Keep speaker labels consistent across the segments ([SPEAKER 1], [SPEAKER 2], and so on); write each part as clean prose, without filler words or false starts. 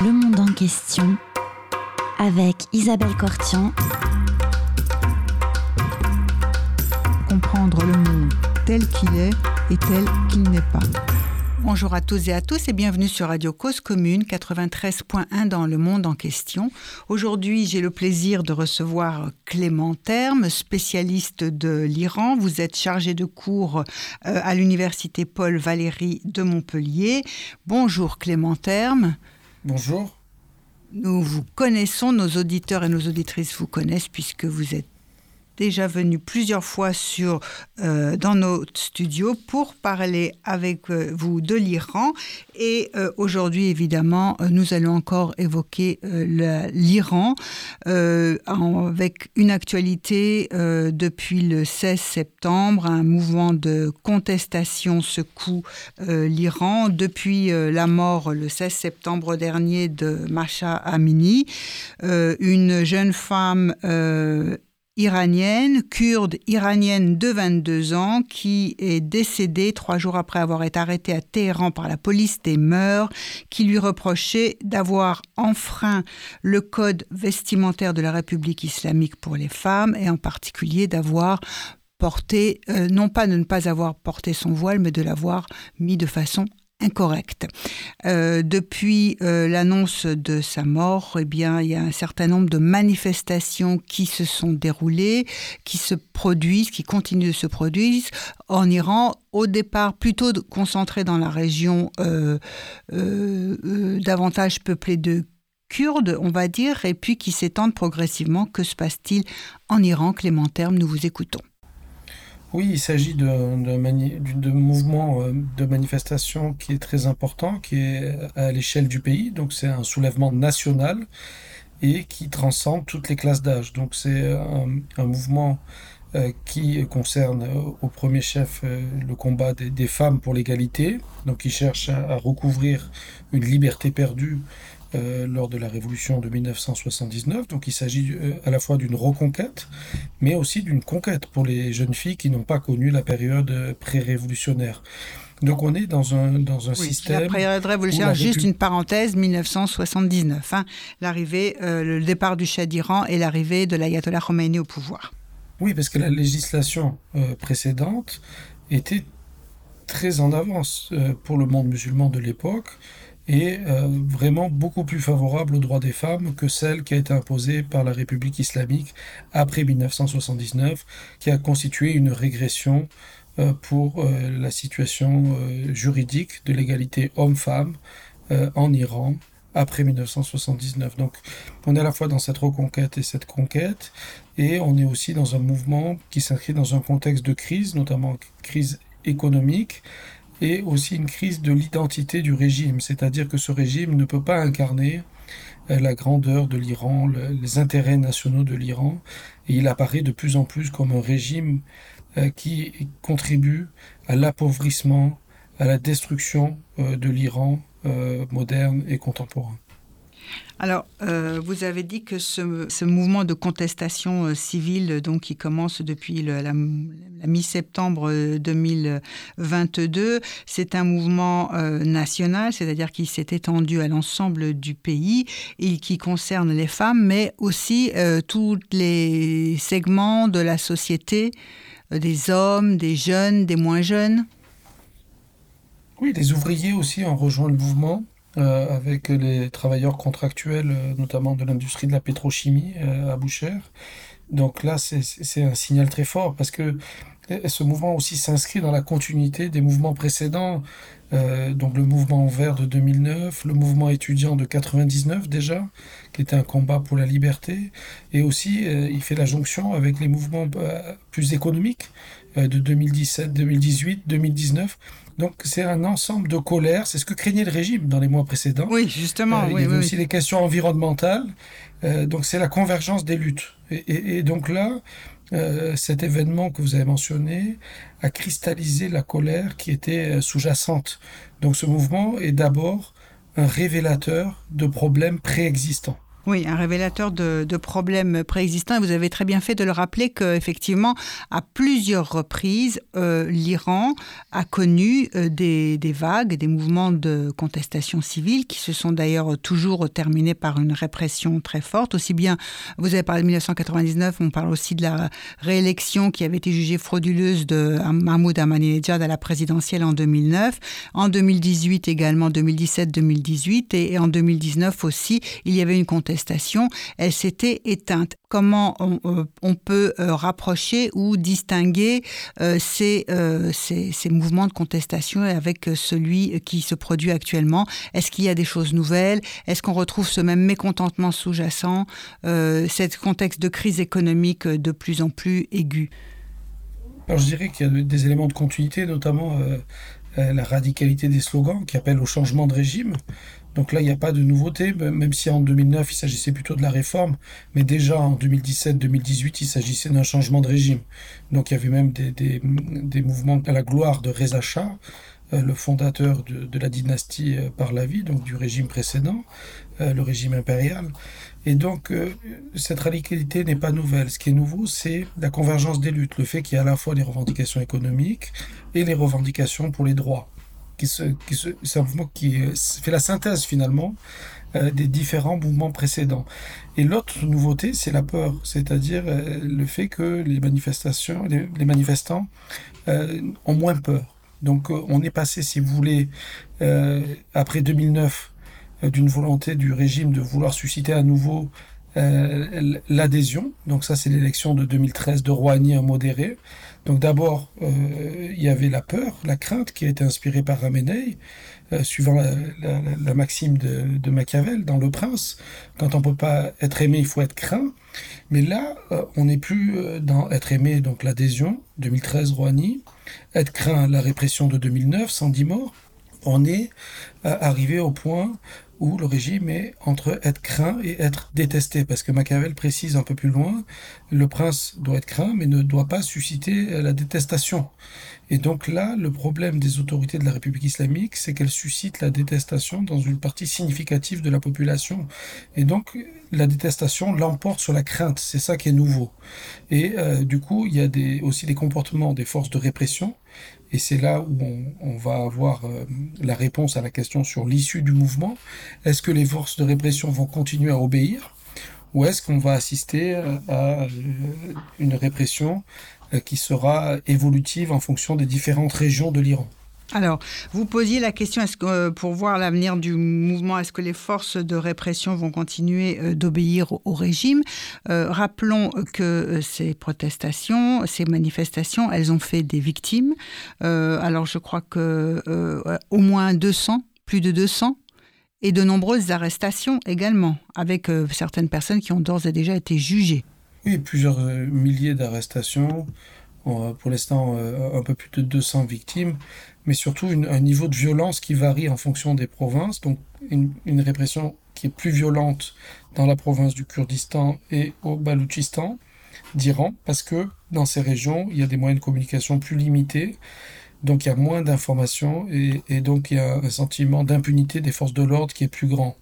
[SPEAKER 1] Le monde en question avec Isabelle Cortian.
[SPEAKER 2] Comprendre le monde tel qu'il est et tel qu'il n'est pas.
[SPEAKER 3] Bonjour à tous et à tous et bienvenue sur Radio Cause Commune 93.1 dans le monde en question. Aujourd'hui, j'ai le plaisir de recevoir Clément Terme, spécialiste de l'Iran. Vous êtes chargé de cours à l'université Paul Valéry de Montpellier. Bonjour Clément Terme.
[SPEAKER 4] Bonjour.
[SPEAKER 3] Nous vous connaissons, nos auditeurs et nos auditrices vous connaissent puisque vous êtes déjà venu plusieurs fois dans nos studios pour parler avec vous de l'Iran. Et aujourd'hui, évidemment, nous allons encore évoquer l'Iran avec une actualité depuis le 16 septembre. Un mouvement de contestation secoue l'Iran depuis la mort le 16 septembre dernier de Mahsa Amini, une jeune femme kurde iranienne de 22 ans, qui est décédée 3 jours après avoir été arrêtée à Téhéran par la police des mœurs, qui lui reprochait d'avoir enfreint le code vestimentaire de la République islamique pour les femmes, et en particulier d'avoir porté, non pas de ne pas avoir porté son voile, mais de l'avoir mis de façon incorrecte. Depuis l'annonce de sa mort, eh bien, il y a un certain nombre de manifestations qui se sont déroulées, qui se produisent, qui continuent de se produire en Iran, au départ plutôt concentrées dans la région davantage peuplée de Kurdes, on va dire, et puis qui s'étendent progressivement. Que se passe-t-il en Iran? Clément Terme, nous vous écoutons.
[SPEAKER 4] Oui, il s'agit de mouvement de manifestation qui est très important, qui est à l'échelle du pays. Donc c'est un soulèvement national et qui transcende toutes les classes d'âge. Donc c'est un mouvement qui concerne au premier chef le combat des femmes pour l'égalité. Donc qui cherche à recouvrir une liberté perdue lors de la révolution de 1979. Donc il s'agit à la fois d'une reconquête, mais aussi d'une conquête pour les jeunes filles qui n'ont pas connu la période pré-révolutionnaire. Donc on est dans un système...
[SPEAKER 3] La période révolutionnaire, juste une parenthèse, 1979, l'arrivée, le départ du Shah d'Iran et l'arrivée de l'ayatollah Khomeini au pouvoir.
[SPEAKER 4] Oui, parce que la législation précédente était très en avance pour le monde musulman de l'époque, et vraiment beaucoup plus favorable aux droits des femmes que celle qui a été imposée par la République islamique après 1979, qui a constitué une régression pour la situation juridique de l'égalité homme-femme en Iran après 1979. Donc on est à la fois dans cette reconquête et cette conquête, et on est aussi dans un mouvement qui s'inscrit dans un contexte de crise, notamment crise économique, et aussi une crise de l'identité du régime, c'est-à-dire que ce régime ne peut pas incarner la grandeur de l'Iran, les intérêts nationaux de l'Iran, et il apparaît de plus en plus comme un régime qui contribue à l'appauvrissement, à la destruction de l'Iran moderne et contemporain.
[SPEAKER 3] Alors, vous avez dit que ce mouvement de contestation civile, donc, qui commence depuis la mi-septembre 2022, c'est un mouvement national, c'est-à-dire qui s'est étendu à l'ensemble du pays et qui concerne les femmes, mais aussi tous les segments de la société, des hommes, des jeunes, des moins jeunes.
[SPEAKER 4] Oui, les ouvriers aussi ont rejoint le mouvement. Avec les travailleurs contractuels, notamment de l'industrie de la pétrochimie à Boucher. Donc là, c'est un signal très fort, parce que ce mouvement aussi s'inscrit dans la continuité des mouvements précédents, donc le mouvement vert de 2009, le mouvement étudiant de 99 déjà, qui était un combat pour la liberté, et aussi il fait la jonction avec les mouvements plus économiques de 2017, 2018, 2019. Donc c'est un ensemble de colères, c'est ce que craignait le régime dans les mois précédents.
[SPEAKER 3] Oui, justement.
[SPEAKER 4] Il y avait aussi les questions environnementales, donc c'est la convergence des luttes. Et donc là, cet événement que vous avez mentionné a cristallisé la colère qui était sous-jacente. Donc ce mouvement est d'abord un révélateur de problèmes préexistants.
[SPEAKER 3] Oui, un révélateur de problèmes préexistants. Et vous avez très bien fait de le rappeler qu'effectivement, à plusieurs reprises, l'Iran a connu des vagues, des mouvements de contestation civile qui se sont d'ailleurs toujours terminés par une répression très forte. Aussi bien, vous avez parlé de 1999, on parle aussi de la réélection qui avait été jugée frauduleuse de Mahmoud Ahmadinejad à la présidentielle en 2009. En 2018 également, 2017-2018 et en 2019 aussi, il y avait une contestation. Elle s'était éteinte. Comment on peut rapprocher ou distinguer ces mouvements de contestation avec celui qui se produit actuellement? Est-ce qu'il y a des choses nouvelles? Est-ce qu'on retrouve ce même mécontentement sous-jacent, ce contexte de crise économique de plus en plus aigu?
[SPEAKER 4] Alors je dirais qu'il y a des éléments de continuité, notamment la radicalité des slogans qui appellent au changement de régime. Donc là, il n'y a pas de nouveauté, même si en 2009, il s'agissait plutôt de la réforme, mais déjà en 2017-2018, il s'agissait d'un changement de régime. Donc il y avait même des mouvements à la gloire de Reza Shah, le fondateur de la dynastie Pahlavi, donc du régime précédent, le régime impérial. Et donc, cette radicalité n'est pas nouvelle. Ce qui est nouveau, c'est la convergence des luttes, le fait qu'il y a à la fois les revendications économiques et les revendications pour les droits. C'est un mouvement qui fait la synthèse finalement des différents mouvements précédents. Et l'autre nouveauté, c'est la peur, c'est-à-dire le fait que les manifestants ont moins peur. Donc on est passé, si vous voulez, après 2009, d'une volonté du régime de vouloir susciter à nouveau l'adhésion. Donc ça, c'est l'élection de 2013 de Rouhani, un modéré. Donc d'abord, il y avait la peur, la crainte qui a été inspirée par Ramenei, suivant la maxime de Machiavel dans Le Prince. Quand on ne peut pas être aimé, il faut être craint. Mais là, on n'est plus dans être aimé, donc l'adhésion, 2013 Rouhani, être craint, la répression de 2009, 110 morts. On est arrivé au point où le régime est entre être craint et être détesté, parce que Machiavel précise un peu plus loin, le prince doit être craint, mais ne doit pas susciter la détestation. Et donc là, le problème des autorités de la République islamique, c'est qu'elles suscitent la détestation dans une partie significative de la population. Et donc, la détestation l'emporte sur la crainte, c'est ça qui est nouveau. Et du coup, il y a aussi des comportements des forces de répression. Et c'est là où on va avoir la réponse à la question sur l'issue du mouvement. Est-ce que les forces de répression vont continuer à obéir ou est-ce qu'on va assister à une répression qui sera évolutive en fonction des différentes régions de l'Iran?
[SPEAKER 3] Alors, vous posiez la question, est-ce que, pour voir l'avenir du mouvement, est-ce que les forces de répression vont continuer d'obéir au régime? Rappelons que ces protestations, ces manifestations, elles ont fait des victimes. Alors, je crois que au moins 200, plus de 200, et de nombreuses arrestations également, avec certaines personnes qui ont d'ores et déjà été jugées.
[SPEAKER 4] Oui, plusieurs milliers d'arrestations. Pour l'instant, un peu plus de 200 victimes, mais surtout un niveau de violence qui varie en fonction des provinces. Donc une répression qui est plus violente dans la province du Kurdistan et au Baloutchistan d'Iran, parce que dans ces régions, il y a des moyens de communication plus limités, donc il y a moins d'informations et donc il y a un sentiment d'impunité des forces de l'ordre qui est plus grand.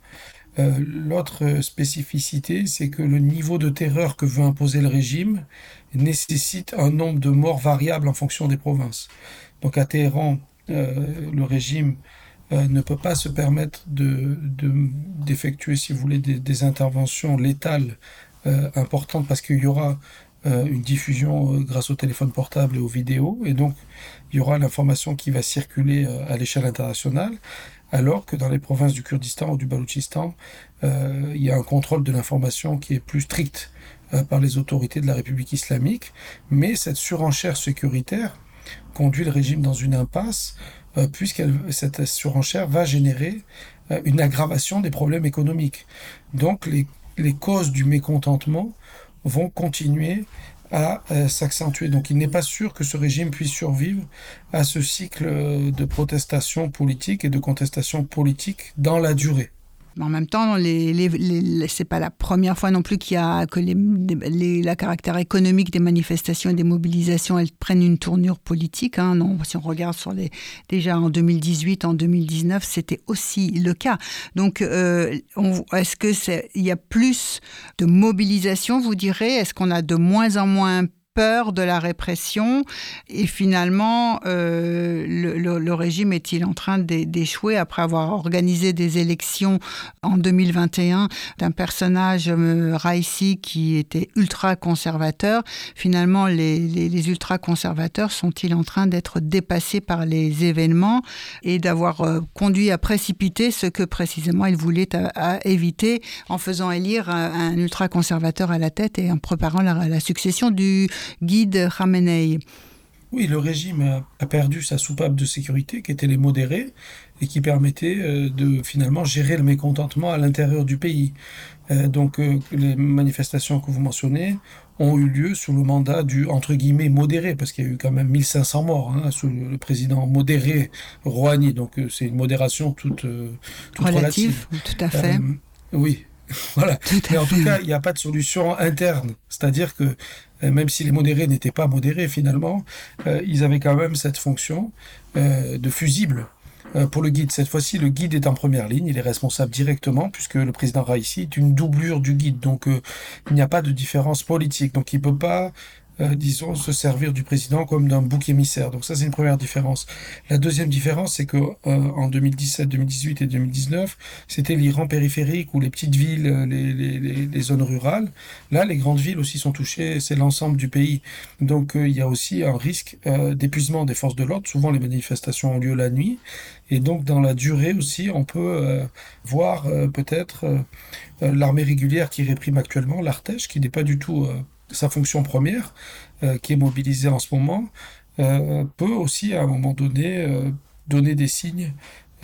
[SPEAKER 4] L'autre spécificité, c'est que le niveau de terreur que veut imposer le régime nécessite un nombre de morts variable en fonction des provinces. Donc à Téhéran, le régime ne peut pas se permettre d'effectuer, si vous voulez, des interventions létales importantes parce qu'il y aura une diffusion grâce au téléphone portable et aux vidéos, et donc il y aura l'information qui va circuler à l'échelle internationale, alors que dans les provinces du Kurdistan ou du Baloutchistan, il y a un contrôle de l'information qui est plus strict par les autorités de la République islamique, mais cette surenchère sécuritaire conduit le régime dans une impasse, puisque cette surenchère va générer une aggravation des problèmes économiques. Donc les causes du mécontentement vont continuer à s'accentuer. Donc il n'est pas sûr que ce régime puisse survivre à ce cycle de protestation politique et de contestation politique dans la durée.
[SPEAKER 3] Mais en même temps, c'est pas la première fois non plus que la caractère économique des manifestations et des mobilisations, elles prennent une tournure politique. Non, si on regarde déjà en 2018, en 2019, c'était aussi le cas. Donc, est-ce que il y a plus de mobilisation, vous direz? Est-ce qu'on a de moins en moins peur de la répression et finalement le régime est-il en train d'échouer après avoir organisé des élections en 2021 d'un personnage Raisi qui était ultra conservateur. Finalement les ultra conservateurs sont-ils en train d'être dépassés par les événements et d'avoir conduit à précipiter ce que précisément ils voulaient à éviter en faisant élire un ultra conservateur à la tête et en préparant la succession du guide Khamenei?
[SPEAKER 4] Oui, le régime a perdu sa soupape de sécurité, qui était les modérés, et qui permettait de finalement gérer le mécontentement à l'intérieur du pays. Donc les manifestations que vous mentionnez ont eu lieu sous le mandat du, entre guillemets, modéré, parce qu'il y a eu quand même 1500 morts sous le président modéré Rouhani, donc c'est une modération toute relative.
[SPEAKER 3] Tout à fait.
[SPEAKER 4] Oui. Voilà. Mais en tout cas, il n'y a pas de solution interne. C'est-à-dire que même si les modérés n'étaient pas modérés finalement, ils avaient quand même cette fonction de fusible. Pour le guide, cette fois-ci, le guide est en première ligne, il est responsable directement, puisque le président Raisi est une doublure du guide, donc il n'y a pas de différence politique. Donc il ne peut pas disons, se servir du président comme d'un bouc émissaire. Donc ça, c'est une première différence. La deuxième différence, c'est que en 2017, 2018 et 2019, c'était l'Iran périphérique ou les petites villes, les zones rurales. Là, les grandes villes aussi sont touchées, c'est l'ensemble du pays. Donc il y a aussi un risque d'épuisement des forces de l'ordre. Souvent, les manifestations ont lieu la nuit. Et donc, dans la durée aussi, on peut voir peut-être l'armée régulière qui réprime actuellement, l'Artèche, qui n'est pas du tout sa fonction première, qui est mobilisée en ce moment, peut aussi, à un moment donné, donner des signes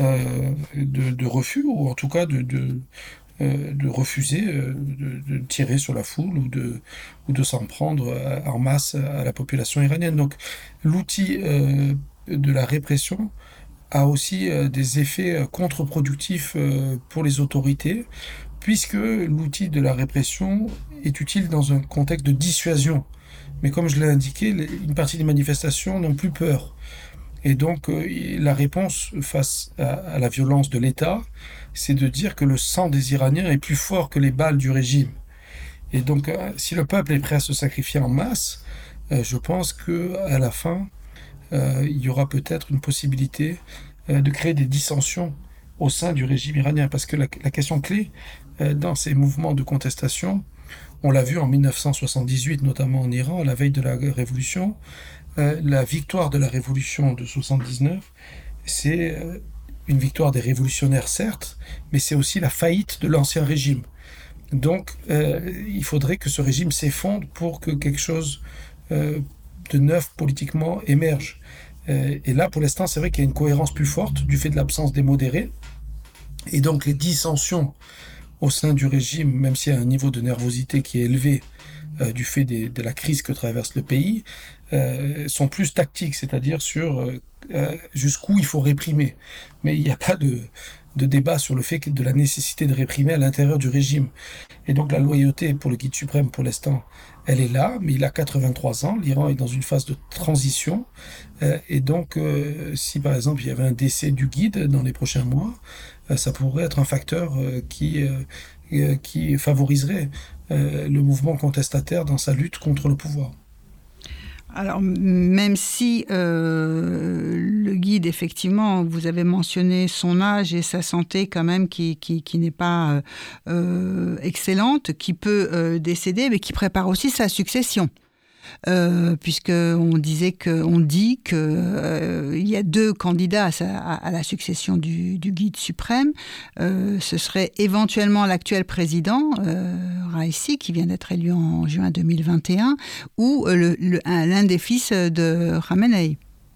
[SPEAKER 4] de refus, ou en tout cas de refuser de tirer sur la foule ou de s'en prendre en masse à la population iranienne. Donc, l'outil de la répression a aussi des effets contre-productifs pour les autorités, puisque l'outil de la répression est utile dans un contexte de dissuasion. Mais comme je l'ai indiqué, une partie des manifestations n'ont plus peur. Et donc, la réponse face à la violence de l'État, c'est de dire que le sang des Iraniens est plus fort que les balles du régime. Et donc, si le peuple est prêt à se sacrifier en masse, je pense qu'à la fin, il y aura peut-être une possibilité de créer des dissensions au sein du régime iranien. Parce que la question clé dans ces mouvements de contestation, on l'a vu en 1978, notamment en Iran, à la veille de la révolution, la victoire de la révolution de 79, c'est une victoire des révolutionnaires, certes, mais c'est aussi la faillite de l'ancien régime. Donc, il faudrait que ce régime s'effondre pour que quelque chose de neuf politiquement émerge. Et là, pour l'instant, c'est vrai qu'il y a une cohérence plus forte du fait de l'absence des modérés. Et donc, les dissensions au sein du régime, même s'il y a un niveau de nervosité qui est élevé du fait de la crise que traverse le pays, sont plus tactiques, c'est-à-dire sur jusqu'où il faut réprimer. Mais il n'y a pas de débat sur le fait de la nécessité de réprimer à l'intérieur du régime. Et donc la loyauté pour le guide suprême, pour l'instant, elle est là, mais il a 83 ans, l'Iran est dans une phase de transition, et donc si par exemple il y avait un décès du guide dans les prochains mois, ça pourrait être un facteur qui favoriserait le mouvement contestataire dans sa lutte contre le pouvoir.
[SPEAKER 3] Alors, même si le guide, effectivement, vous avez mentionné son âge et sa santé quand même qui n'est pas excellente, qui peut décéder, mais qui prépare aussi sa succession. Puisqu'on dit qu'il y a deux candidats à la succession du guide suprême. Ce serait éventuellement l'actuel président, Raisi, qui vient d'être élu en juin 2021, ou l'un des fils de Khamenei.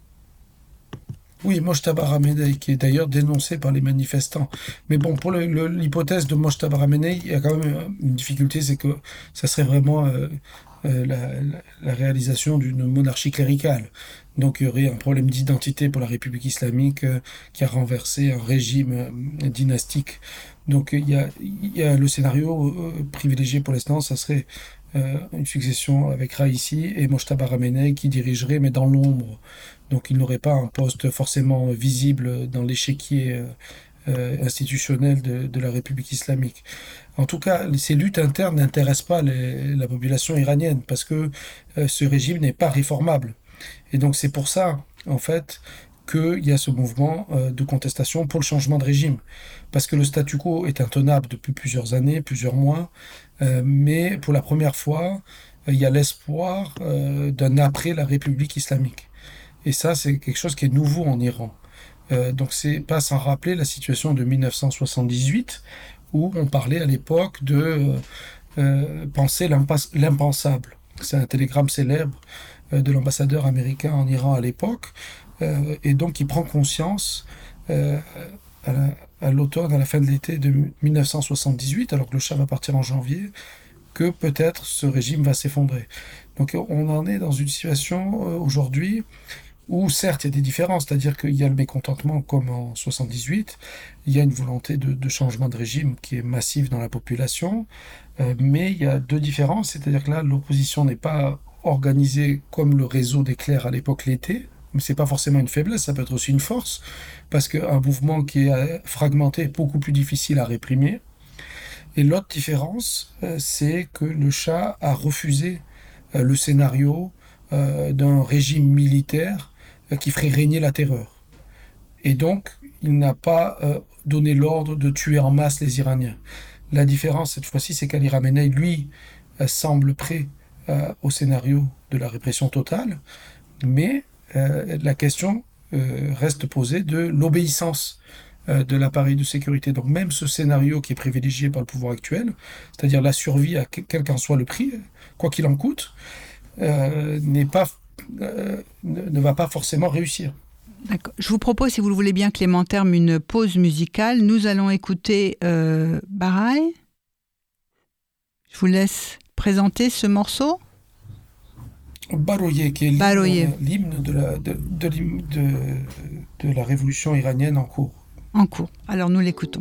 [SPEAKER 4] Oui, Mojtaba Khamenei, qui est d'ailleurs dénoncé par les manifestants. Mais bon, pour l'hypothèse de Mojtaba Khamenei, il y a quand même une difficulté, c'est que ça serait vraiment la réalisation d'une monarchie cléricale. Donc il y aurait un problème d'identité pour la République islamique qui a renversé un régime dynastique. Donc il y a le scénario privilégié pour l'instant, ça serait une succession avec Raïssi et Mojtaba Ramenei qui dirigerait, mais dans l'ombre. Donc il n'aurait pas un poste forcément visible dans l'échiquier institutionnel de la République islamique. En tout cas, ces luttes internes n'intéressent pas la population iranienne parce que ce régime n'est pas réformable. Et donc c'est pour ça, en fait, qu'il y a ce mouvement de contestation pour le changement de régime. Parce que le statu quo est intenable depuis plusieurs années, plusieurs mois, mais pour la première fois, il y a l'espoir d'un après la République islamique. Et ça, c'est quelque chose qui est nouveau en Iran. Donc c'est pas sans rappeler la situation de 1978, où on parlait à l'époque de penser l'impensable. C'est un télégramme célèbre de l'ambassadeur américain en Iran à l'époque, et donc il prend conscience à l'automne, à la fin de l'été de 1978, alors que le Shah va partir en janvier, que peut-être ce régime va s'effondrer. Donc on en est dans une situation aujourd'hui où certes il y a des différences, c'est-à-dire qu'il y a le mécontentement comme en 78, il y a une volonté de changement de régime qui est massive dans la population, mais il y a deux différences, c'est-à-dire que là l'opposition n'est pas organisée comme le réseau des clercs à l'époque l'était, mais c'est pas forcément une faiblesse, ça peut être aussi une force, parce qu'un mouvement qui est fragmenté est beaucoup plus difficile à réprimer. Et l'autre différence, c'est que le Shah a refusé le scénario d'un régime militaire qui ferait régner la terreur. Et donc, il n'a pas donné l'ordre de tuer en masse les Iraniens. La différence, cette fois-ci, c'est qu'Ali Khamenei, lui, semble prêt au scénario de la répression totale, mais la question reste posée de l'obéissance de l'appareil de sécurité. Donc même ce scénario qui est privilégié par le pouvoir actuel, c'est-à-dire la survie à quel qu'en soit le prix, quoi qu'il en coûte, ne va pas forcément réussir.
[SPEAKER 3] D'accord. Je vous propose, si vous le voulez bien, Clément, terme une pause musicale. Nous allons écouter Baraye. Je vous laisse présenter ce morceau.
[SPEAKER 4] Baroye, qui est l'hymne de la révolution iranienne en cours.
[SPEAKER 3] En cours. Alors nous l'écoutons.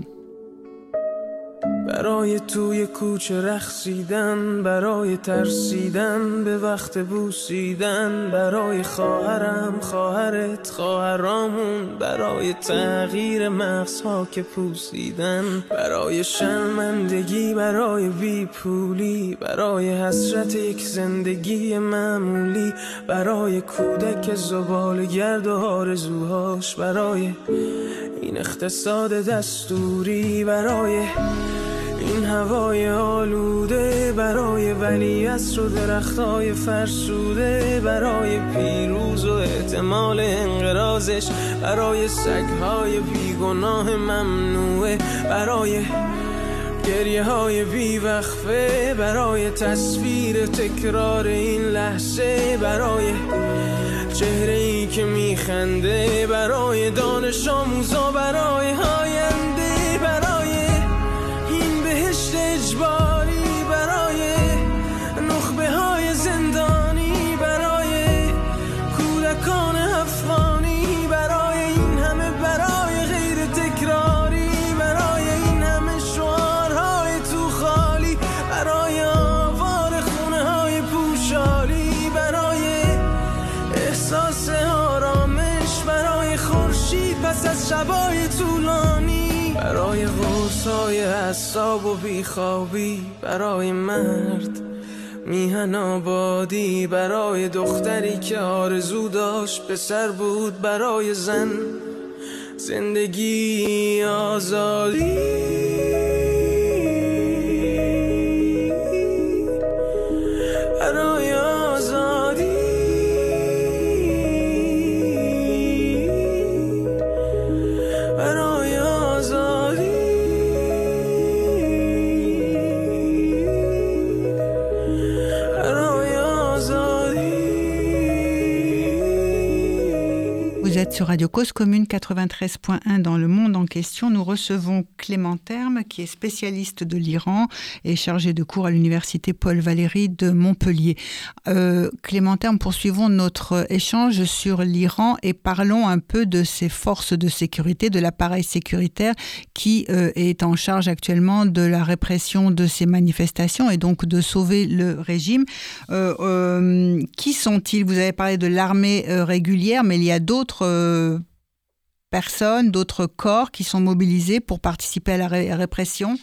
[SPEAKER 5] برای توی کوچه رقصیدن، برای ترسیدن به وقت بوسیدن، برای خواهرم، خواهرت، خواهرامون، برای تغییر مغزها که پوسیدن، برای شرمندگی، برای بیپولی، برای حسرت یک زندگی معمولی، برای کودک زباله‌گرد و آرزوهاش، برای این اقتصاد دستوری، برای این هوای آلوده، برای ولیعصر و درختای فرسوده، برای پیروز و احتمال انقراضش، برای سگهای بیگناه ممنوعه، برای گریه های بیوقفه، برای تصویر تکرار این لحظه، برای چهره ای که میخنده، برای دانش آموزا، برای آینده، برای این بهشت اجباری، برای نخبه های زندانی، برای کودکان افغانی، برای این همه برای غیر تکراری، برای این همه شعارهای تو خالی، برای آوار خونه های پوشالی، برای احساس آرامش، برای خورشید پس از شبای طولانی، برای قرصای اعصاب و بیخوابی، برای مرد میهن آبادی، برای دختری که آرزو داشت پسر بود، برای زن زندگی آزادی، برای آزادی، برای آزادی، برای آزادی.
[SPEAKER 3] Vous êtes sur Radio Cause Commune 93.1 dans le monde en question. Nous recevons Clément Terme, qui est spécialiste de l'Iran et chargé de cours à l'université Paul Valéry de Montpellier. Clément Terme, poursuivons notre échange sur l'Iran et parlons un peu de ces forces de sécurité, de l'appareil sécuritaire qui est en charge actuellement de la répression de ces manifestations et donc de sauver le régime. Qui sont-ils ? Vous avez parlé de l'armée régulière, mais il y a d'autres personnes, d'autres corps qui sont mobilisés pour participer à la répression.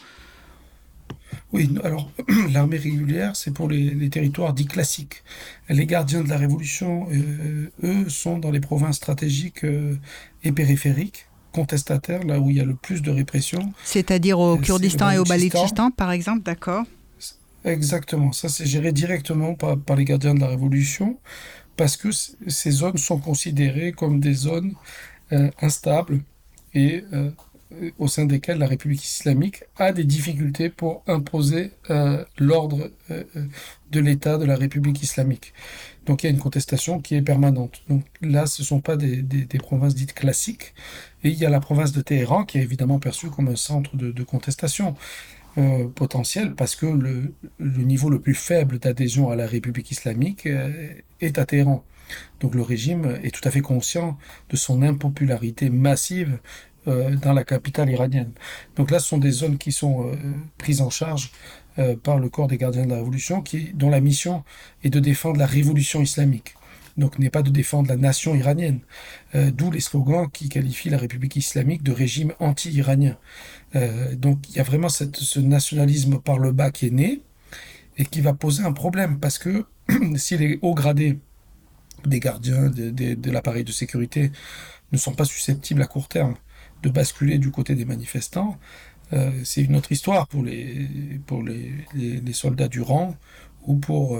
[SPEAKER 4] Oui, alors l'armée régulière, c'est pour les territoires dits classiques. Les gardiens de la Révolution, eux, sont dans les provinces stratégiques et périphériques, contestataires, là où il y a le plus de répression.
[SPEAKER 3] C'est-à-dire au Kurdistan et au Baloutchistan, par exemple, d'accord ?
[SPEAKER 4] Exactement, ça c'est géré directement par les gardiens de la Révolution, parce que ces zones sont considérées comme des zones instables et au sein desquelles la République islamique a des difficultés pour imposer l'ordre de l'État de la République islamique. Donc il y a une contestation qui est permanente. Donc là, ce ne sont pas des provinces dites classiques. Et il y a la province de Téhéran qui est évidemment perçue comme un centre de contestation potentiel, parce que le niveau le plus faible d'adhésion à la République islamique est à Téhéran. Donc le régime est tout à fait conscient de son impopularité massive dans la capitale iranienne. Donc là, ce sont des zones qui sont prises en charge par le corps des gardiens de la Révolution, dont la mission est de défendre la révolution islamique. Donc n'est pas de défendre la nation iranienne, d'où les slogans qui qualifient la République islamique de régime anti-iranien. Donc il y a vraiment ce nationalisme par le bas qui est né et qui va poser un problème, parce que si les hauts gradés des gardiens de l'appareil de sécurité ne sont pas susceptibles à court terme de basculer du côté des manifestants, c'est une autre histoire pour les soldats du rang ou pour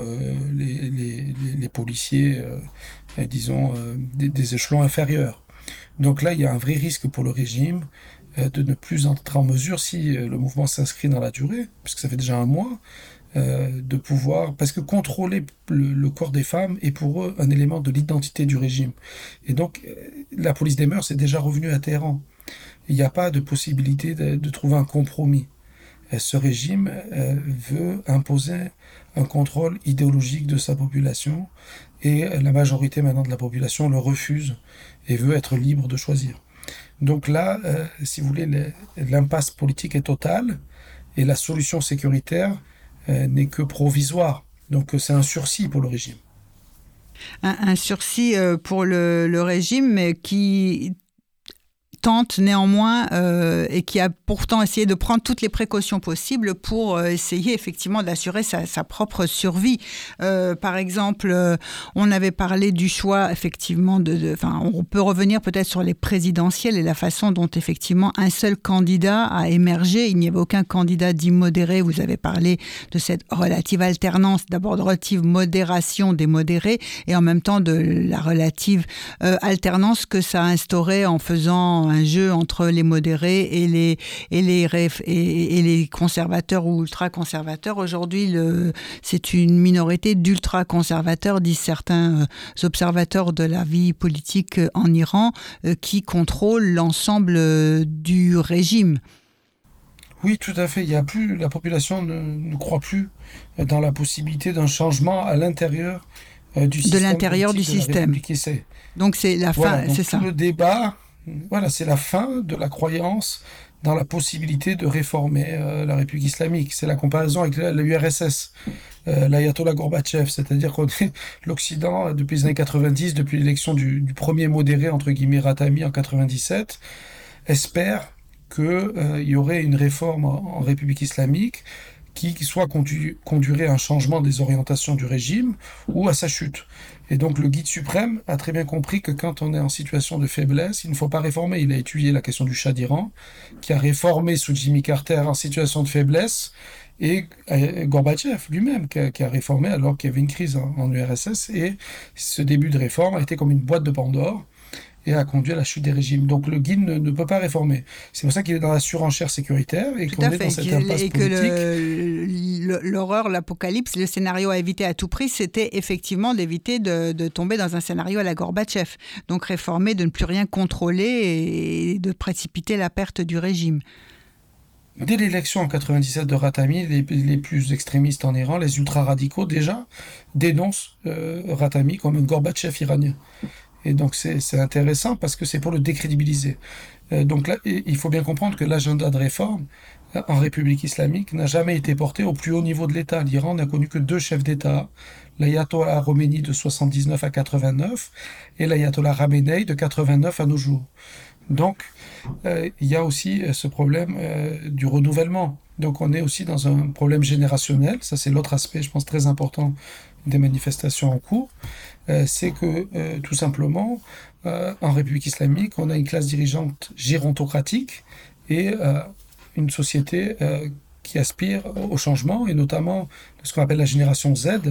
[SPEAKER 4] les policiers, disons, des échelons inférieurs. Donc là, il y a un vrai risque pour le régime de ne plus être en mesure, si le mouvement s'inscrit dans la durée, puisque ça fait déjà un mois, de pouvoir... Parce que contrôler le corps des femmes est pour eux un élément de l'identité du régime. Et donc, la police des mœurs est déjà revenue à Téhéran. Il n'y a pas de possibilité de trouver un compromis. Ce régime veut imposer un contrôle idéologique de sa population, et la majorité maintenant de la population le refuse et veut être libre de choisir. Donc là, si vous voulez, l'impasse politique est totale et la solution sécuritaire n'est que provisoire. Donc c'est un sursis pour le régime.
[SPEAKER 3] Un sursis pour le régime, mais qui tente néanmoins et qui a pourtant essayé de prendre toutes les précautions possibles pour essayer effectivement d'assurer sa propre survie. Par exemple, on avait parlé du choix effectivement on peut revenir peut-être sur les présidentielles et la façon dont effectivement un seul candidat a émergé. Il n'y avait aucun candidat dit modéré. Vous avez parlé de cette relative alternance, d'abord de relative modération des modérés et en même temps de la relative alternance que ça a instauré en faisant un jeu entre les modérés et les conservateurs ou ultra-conservateurs. Aujourd'hui, c'est une minorité d'ultra-conservateurs, disent certains observateurs de la vie politique en Iran, qui contrôlent l'ensemble du régime.
[SPEAKER 4] Oui, tout à fait. La population ne croit plus dans la possibilité d'un changement à l'intérieur du système.
[SPEAKER 3] De l'intérieur du système. Donc c'est la fin,
[SPEAKER 4] voilà, donc
[SPEAKER 3] c'est ça.
[SPEAKER 4] Le débat... Voilà, c'est la fin de la croyance dans la possibilité de réformer la République islamique. C'est la comparaison avec l'URSS, l'ayatollah Gorbatchev, c'est-à-dire que l'Occident, depuis les années 90, depuis l'élection du premier modéré, entre guillemets, Ratami en 97, espère qu'il y aurait une réforme en République islamique qui soit conduirait à un changement des orientations du régime ou à sa chute. Et donc le guide suprême a très bien compris que quand on est en situation de faiblesse, il ne faut pas réformer. Il a étudié la question du Shah d'Iran, qui a réformé sous Jimmy Carter en situation de faiblesse, et Gorbatchev lui-même qui a réformé alors qu'il y avait une crise en URSS. Et ce début de réforme a été comme une boîte de Pandore. et a conduit à la chute des régimes. Donc le guide ne peut pas réformer. C'est pour ça qu'il est dans la surenchère sécuritaire et qu'on est dans cette impasse politique.
[SPEAKER 3] Que l'horreur, l'apocalypse, le scénario à éviter à tout prix, c'était effectivement d'éviter de tomber dans un scénario à la Gorbatchev. Donc réformer, de ne plus rien contrôler et de précipiter la perte du régime.
[SPEAKER 4] Dès l'élection en 97 de Ratami, les plus extrémistes en Iran, les ultra-radicaux déjà, dénoncent Ratami comme un Gorbatchev iranien. Et donc c'est intéressant parce que c'est pour le décrédibiliser. Donc là, il faut bien comprendre que l'agenda de réforme en République islamique n'a jamais été porté au plus haut niveau de l'État. L'Iran n'a connu que 2 chefs d'État, l'ayatollah Khomeini de 79 à 89 et l'ayatollah Khamenei de 89 à nos jours. Donc, il y a aussi ce problème du renouvellement. Donc, on est aussi dans un problème générationnel. Ça, c'est l'autre aspect, je pense, très important des manifestations en cours. C'est que, tout simplement, en République islamique, on a une classe dirigeante gérontocratique et une société qui aspire au changement, et notamment ce qu'on appelle la génération Z,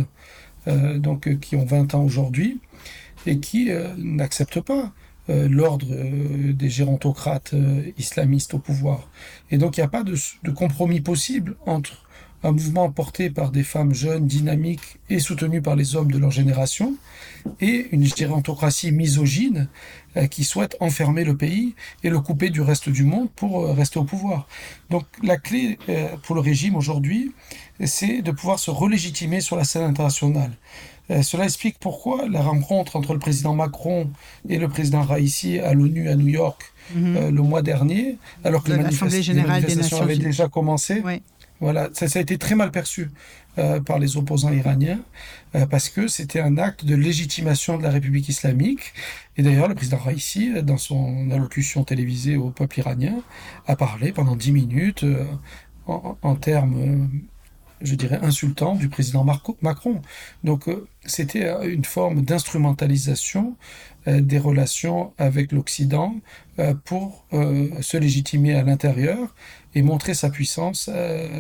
[SPEAKER 4] qui ont 20 ans aujourd'hui, et qui n'acceptent pas l'ordre des gérontocrates islamistes au pouvoir. Et donc il n'y a pas de compromis possible entre un mouvement porté par des femmes jeunes, dynamiques et soutenues par les hommes de leur génération, et une gérontocratie misogyne qui souhaite enfermer le pays et le couper du reste du monde pour rester au pouvoir. Donc la clé pour le régime aujourd'hui, c'est de pouvoir se relégitimer sur la scène internationale. Cela explique pourquoi la rencontre entre le président Macron et le président Raïssi à l'ONU à New York le mois dernier, alors que les manifestations avaient déjà commencé,
[SPEAKER 3] oui.
[SPEAKER 4] Voilà, ça a été très mal perçu par les opposants iraniens parce que c'était un acte de légitimation de la République islamique. Et d'ailleurs, le président Raïssi, dans son allocution télévisée au peuple iranien, a parlé pendant 10 minutes en termes je dirais, insultant du président Macron. Donc, c'était une forme d'instrumentalisation des relations avec l'Occident pour se légitimer à l'intérieur et montrer sa puissance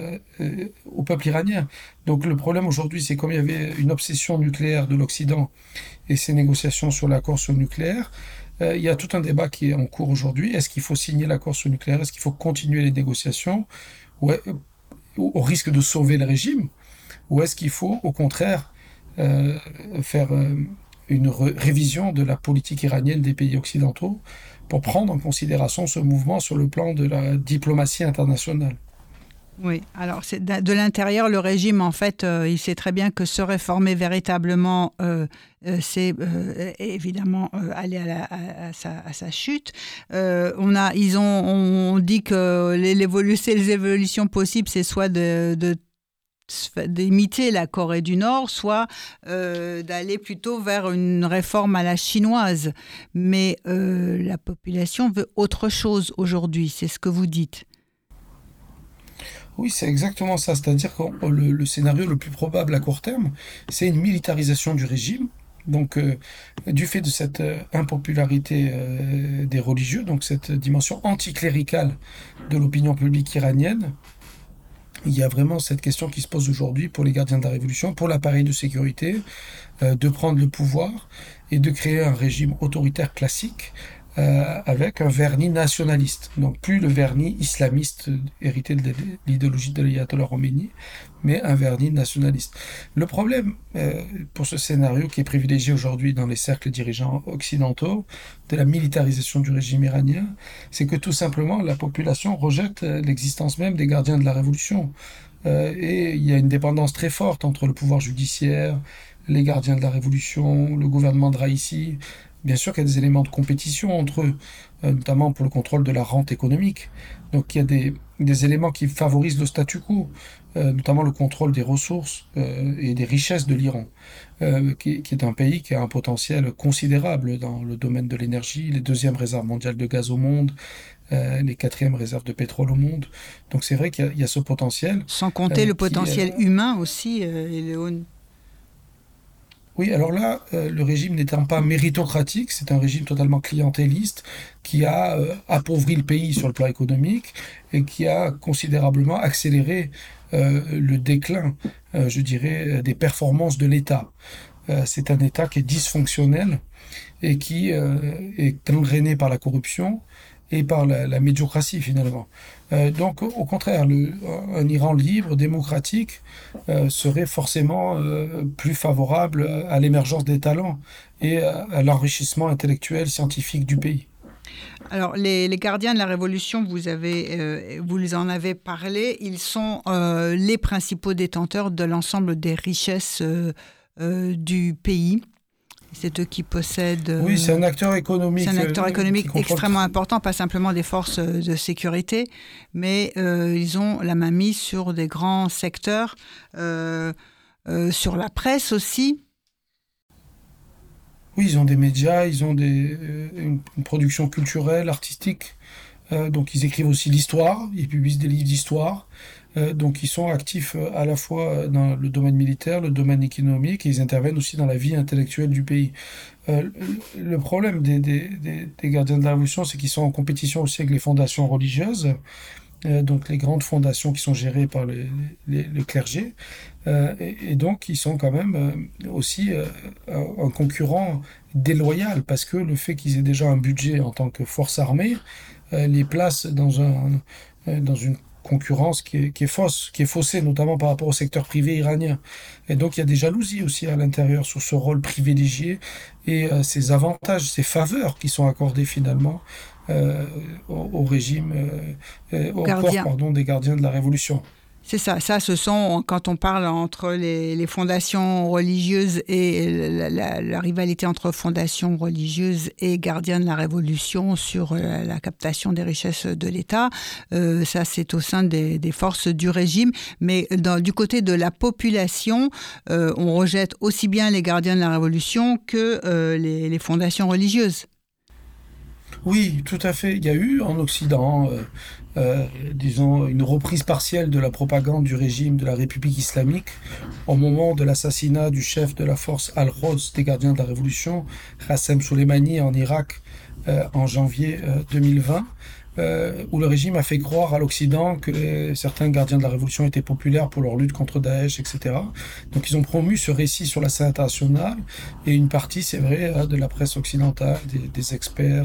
[SPEAKER 4] au peuple iranien. Donc, le problème aujourd'hui, c'est comme il y avait une obsession nucléaire de l'Occident et ces négociations sur l'accord sur le nucléaire, il y a tout un débat qui est en cours aujourd'hui. Est-ce qu'il faut signer l'accord sur le nucléaire? Est-ce qu'il faut continuer les négociations? Ouais, au risque de sauver le régime, ou est-ce qu'il faut, au contraire, faire une révision de la politique iranienne des pays occidentaux pour prendre en considération ce mouvement sur le plan de la diplomatie internationale?
[SPEAKER 3] Oui, alors c'est de l'intérieur, le régime, en fait, il sait très bien que se réformer véritablement, c'est évidemment aller à sa chute. On dit que les évolutions possibles, c'est soit d'imiter la Corée du Nord, soit d'aller plutôt vers une réforme à la chinoise. Mais la population veut autre chose aujourd'hui, c'est ce que vous dites.
[SPEAKER 4] Oui, c'est exactement ça. C'est-à-dire que le scénario le plus probable à court terme, c'est une militarisation du régime. Donc, du fait de cette impopularité des religieux, donc cette dimension anticléricale de l'opinion publique iranienne, il y a vraiment cette question qui se pose aujourd'hui pour les gardiens de la révolution, pour l'appareil de sécurité, de prendre le pouvoir et de créer un régime autoritaire classique avec un vernis nationaliste. Donc plus le vernis islamiste hérité de l'idéologie de l'ayatollah Khomeini, mais un vernis nationaliste. Le problème pour ce scénario qui est privilégié aujourd'hui dans les cercles dirigeants occidentaux de la militarisation du régime iranien, c'est que tout simplement la population rejette l'existence même des gardiens de la révolution. Et il y a une dépendance très forte entre le pouvoir judiciaire, les gardiens de la révolution, le gouvernement de Raïssi. Bien sûr qu'il y a des éléments de compétition entre eux, notamment pour le contrôle de la rente économique. Donc il y a des éléments qui favorisent le statu quo, notamment le contrôle des ressources et des richesses de l'Iran, qui est un pays qui a un potentiel considérable dans le domaine de l'énergie, les 2e réserves mondiales de gaz au monde, les 4e réserves de pétrole au monde. Donc c'est vrai qu'il y a ce potentiel.
[SPEAKER 3] Sans compter le potentiel humain aussi, Léon.
[SPEAKER 4] Oui, alors là, le régime n'étant pas méritocratique, c'est un régime totalement clientéliste qui a appauvri le pays sur le plan économique et qui a considérablement accéléré le déclin, je dirais, des performances de l'État. c'est un État qui est dysfonctionnel et qui est gangréné par la corruption et par la médiocratie finalement. Donc au contraire, un Iran libre, démocratique, serait forcément plus favorable à l'émergence des talents et à l'enrichissement intellectuel, scientifique du pays.
[SPEAKER 3] Alors, les gardiens de la Révolution, vous en avez parlé, ils sont les principaux détenteurs de l'ensemble des richesses du pays. C'est eux qui possèdent...
[SPEAKER 4] Oui, c'est un acteur économique.
[SPEAKER 3] C'est un acteur économique extrêmement important, pas simplement des forces de sécurité, mais ils ont la main mise sur des grands secteurs, sur la presse aussi.
[SPEAKER 4] Oui, ils ont des médias, ils ont une production culturelle, artistique. Donc ils écrivent aussi l'histoire, ils publient des livres d'histoire. Donc ils sont actifs à la fois dans le domaine militaire, le domaine économique, et ils interviennent aussi dans la vie intellectuelle du pays. Le problème des gardiens de la Révolution, c'est qu'ils sont en compétition aussi avec les fondations religieuses, donc les grandes fondations qui sont gérées par le clergé, et donc ils sont quand même aussi un concurrent déloyal, parce que le fait qu'ils aient déjà un budget en tant que force armée les place dans une concurrence qui est fausse, qui est faussée, notamment par rapport au secteur privé iranien. Et donc il y a des jalousies aussi à l'intérieur sur ce rôle privilégié et ces avantages, ces faveurs qui sont accordés finalement au régime, au corps des gardiens de la Révolution.
[SPEAKER 3] C'est ça. Ça, ce sont, quand on parle entre les fondations religieuses et la rivalité entre fondations religieuses et gardiens de la Révolution sur la captation des richesses de l'État, ça, c'est au sein des forces du régime. Mais du côté de la population, on rejette aussi bien les gardiens de la Révolution que les fondations religieuses.
[SPEAKER 4] Oui, tout à fait. Il y a eu en Occident, disons, une reprise partielle de la propagande du régime de la République islamique au moment de l'assassinat du chef de la force Al-Quds des gardiens de la Révolution, Qassem Soleimani, en Irak, en janvier 2020. Où le régime a fait croire à l'Occident que certains gardiens de la Révolution étaient populaires pour leur lutte contre Daesh, etc. Donc ils ont promu ce récit sur la scène internationale, et une partie, c'est vrai, de la presse occidentale, des experts,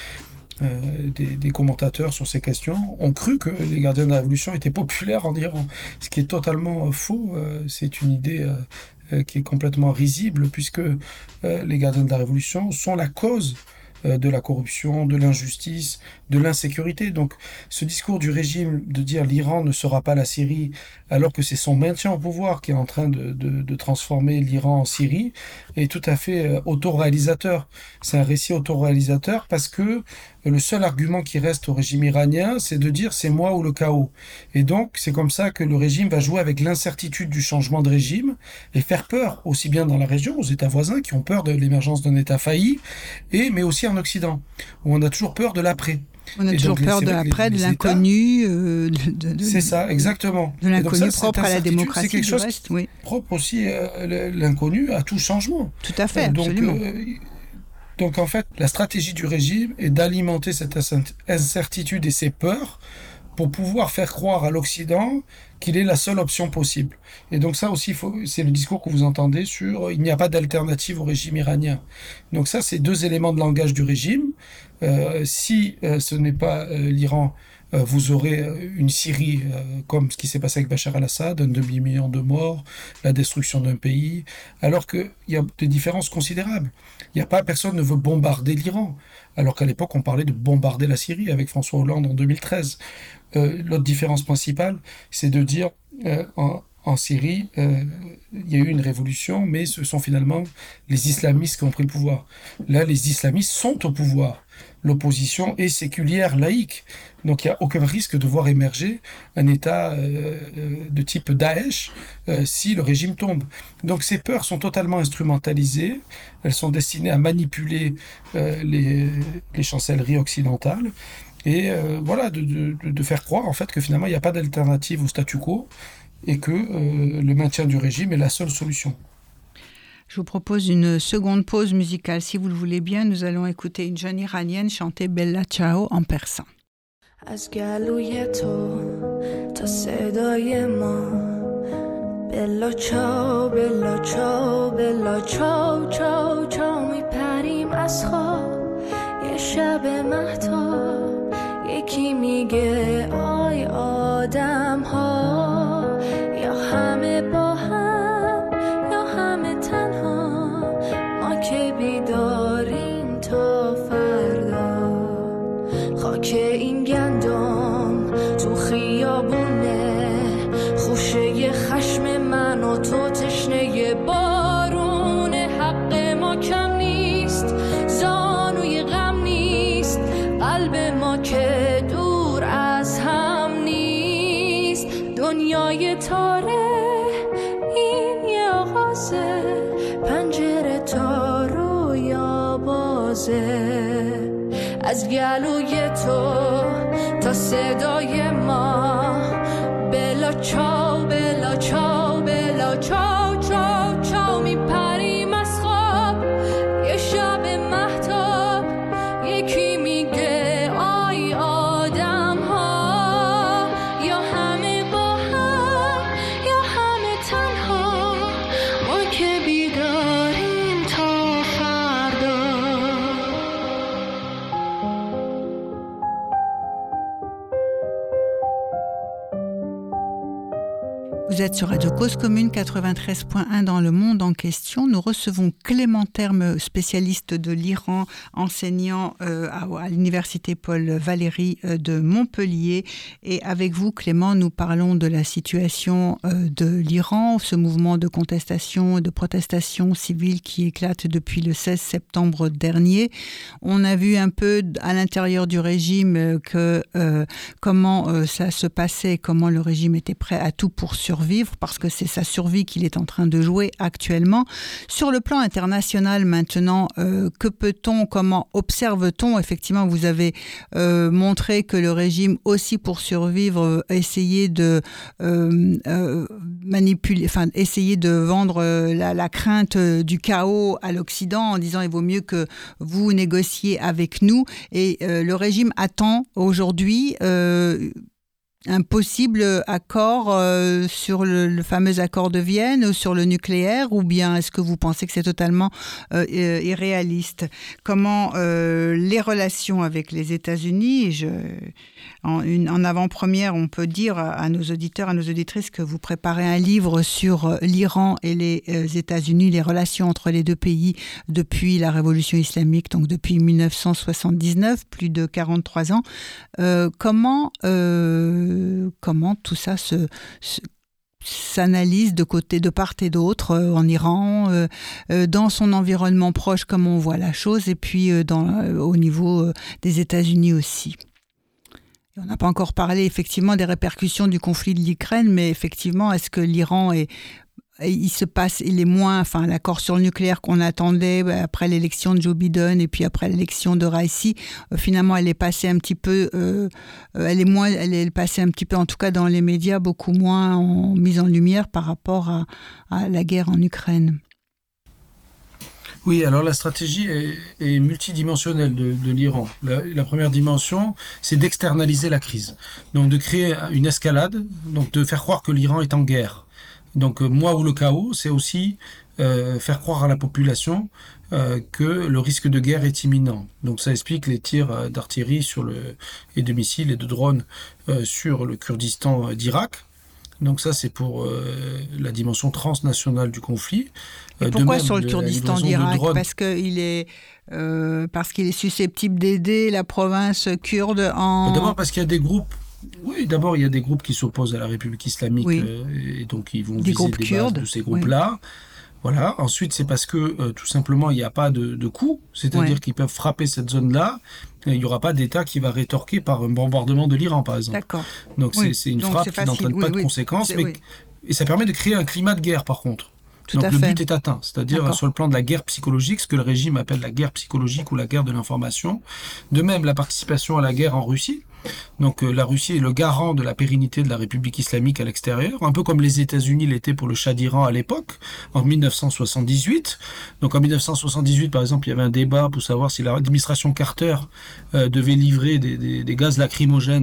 [SPEAKER 4] des commentateurs sur ces questions, ont cru que les gardiens de la Révolution étaient populaires en Iran, ce qui est totalement faux. C'est une idée qui est complètement risible, puisque les gardiens de la Révolution sont la cause de la corruption, de l'injustice, de l'insécurité. Donc ce discours du régime de dire l'Iran ne sera pas la Syrie, alors que c'est son maintien au pouvoir qui est en train de transformer l'Iran en Syrie, est tout à fait autoréalisateur. C'est un récit autoréalisateur parce que le seul argument qui reste au régime iranien, c'est de dire c'est moi ou le chaos. Et donc c'est comme ça que le régime va jouer avec l'incertitude du changement de régime et faire peur, aussi bien dans la région, aux États voisins qui ont peur de l'émergence d'un État failli, mais aussi en Occident, où on a toujours peur de l'après.
[SPEAKER 3] On a toujours peur de l'après, de l'inconnu.
[SPEAKER 4] C'est ça, exactement.
[SPEAKER 3] De l'inconnu propre à la démocratie.
[SPEAKER 4] C'est quelque chose
[SPEAKER 3] reste, oui.
[SPEAKER 4] Propre aussi l'inconnu à tout changement.
[SPEAKER 3] Tout à fait, absolument.
[SPEAKER 4] Donc en fait, la stratégie du régime est d'alimenter cette incertitude et ces peurs pour pouvoir faire croire à l'Occident qu'il est la seule option possible. Et donc ça aussi, c'est le discours que vous entendez sur « il n'y a pas d'alternative au régime iranien ». Donc ça, c'est deux éléments de langage du régime. Si ce n'est pas l'Iran, vous aurez une Syrie comme ce qui s'est passé avec Bachar al-Assad, un demi-million de morts, la destruction d'un pays, alors qu'il y a des différences considérables. Personne ne veut bombarder l'Iran, alors qu'à l'époque on parlait de bombarder la Syrie avec François Hollande en 2013. L'autre différence principale, c'est de dire en Syrie, il y a eu une révolution, mais ce sont finalement les islamistes qui ont pris le pouvoir. Là, les islamistes sont au pouvoir. L'opposition est séculière, laïque. Donc il n'y a aucun risque de voir émerger un État de type Daesh si le régime tombe. Donc ces peurs sont totalement instrumentalisées. Elles sont destinées à manipuler les chancelleries occidentales. Et voilà, de faire croire en fait que finalement il n'y a pas d'alternative au statu quo et que le maintien du régime est la seule solution.
[SPEAKER 3] Je vous propose une seconde pause musicale. Si vous le voulez bien, nous allons écouter une jeune iranienne chanter Bella Ciao en persan.
[SPEAKER 6] از گلوی تو تا صدای ما بلا چاو بلا چاو بلا چاو چاو چاو میپریم از خواب یه شب مهتاب یکی میگه آی آدم ها یا همه با هم یا همه تنها ما که بیداریم تا فردا خاک این گندم تو خیابونه خوشه خشم من و تو تشنه بارون حق ما کم نیست زانوی غم نیست قلب ما که دور از هم نیست دنیای تاره این یه آغازه پنجره تا رویا بازه از گلوی تو تا صدای ما بلا چاو بلا چاو بلا چاو چاو چاو میپریم از خواب یه شب مهتاب یکی میگه آی آدم ها یا همه با هم یا همه تنها ما که بیداریم تا فردا.
[SPEAKER 3] Vous êtes sur Radio Cause Commune 93.1 dans le monde en question. Nous recevons Clément Terme, spécialiste de l'Iran, enseignant à l'université Paul Valéry de Montpellier. Et avec vous, Clément, nous parlons de la situation de l'Iran, ce mouvement de contestation et de protestation civile qui éclate depuis le 16 septembre dernier. On a vu un peu à l'intérieur du régime comment ça se passait, comment le régime était prêt à tout pour survivre, parce que c'est sa survie qu'il est en train de jouer actuellement. Sur le plan international maintenant, que peut-on, comment observe-t-on? Effectivement, vous avez montré que le régime aussi pour survivre essayait de manipuler, enfin essayer de vendre la crainte du chaos à l'Occident en disant il vaut mieux que vous négociez avec nous, et le régime attend aujourd'hui un possible accord sur le fameux accord de Vienne ou sur le nucléaire, ou bien est-ce que vous pensez que c'est totalement irréaliste? Comment les relations avec les États-Unis, en avant-première, on peut dire à nos auditeurs, à nos auditrices que vous préparez un livre sur l'Iran et les États-Unis, les relations entre les deux pays depuis la révolution islamique, donc depuis 1979, plus de 43 ans. Comment tout ça s'analyse de part et d'autre en Iran, dans son environnement proche, comment on voit la chose, et puis au niveau des États-Unis aussi. Et on n'a pas encore parlé effectivement des répercussions du conflit de l'Ukraine, mais effectivement, est-ce que l'Iran il est moins, enfin, l'accord sur le nucléaire qu'on attendait après l'élection de Joe Biden et puis après l'élection de Raisi, finalement, elle est passée un petit peu, elle est passée un petit peu, en tout cas dans les médias, beaucoup moins mise en lumière par rapport à la guerre en Ukraine.
[SPEAKER 4] Oui, alors la stratégie est multidimensionnelle de l'Iran. La première dimension, c'est d'externaliser la crise. Donc de créer une escalade, donc de faire croire que l'Iran est en guerre. Donc moi ou le chaos, c'est aussi faire croire à la population que le risque de guerre est imminent. Donc ça explique les tirs d'artillerie et de missiles et de drones sur le Kurdistan d'Irak. Donc ça, c'est pour la dimension transnationale du conflit.
[SPEAKER 3] Et pourquoi sur le Kurdistan d'Irak? Parce qu'il est susceptible d'aider la province kurde en...
[SPEAKER 4] D'abord parce qu'il y a des groupes. Oui, d'abord il y a des groupes qui s'opposent à la République islamique, oui. Et donc ils vont viser des bases de ces groupes-là. Oui. Voilà. Ensuite, c'est parce que tout simplement il n'y a pas de coût, c'est-à-dire qu'ils peuvent frapper cette zone-là. Il n'y aura pas d'État qui va rétorquer par un bombardement de l'Iran, par exemple.
[SPEAKER 3] D'accord.
[SPEAKER 4] Donc c'est une frappe qui n'entraîne pas de conséquences, et ça permet de créer un climat de guerre, par contre. Donc le but est atteint, c'est-à-dire sur le plan de la guerre psychologique, ce que le régime appelle la guerre psychologique ou la guerre de l'information. De même, la participation à la guerre en Russie. Donc la Russie est le garant de la pérennité de la République islamique à l'extérieur, un peu comme les États-Unis l'étaient pour le Shah d'Iran à l'époque, en 1978. Donc en 1978, par exemple, il y avait un débat pour savoir si l'administration Carter devait livrer des gaz lacrymogènes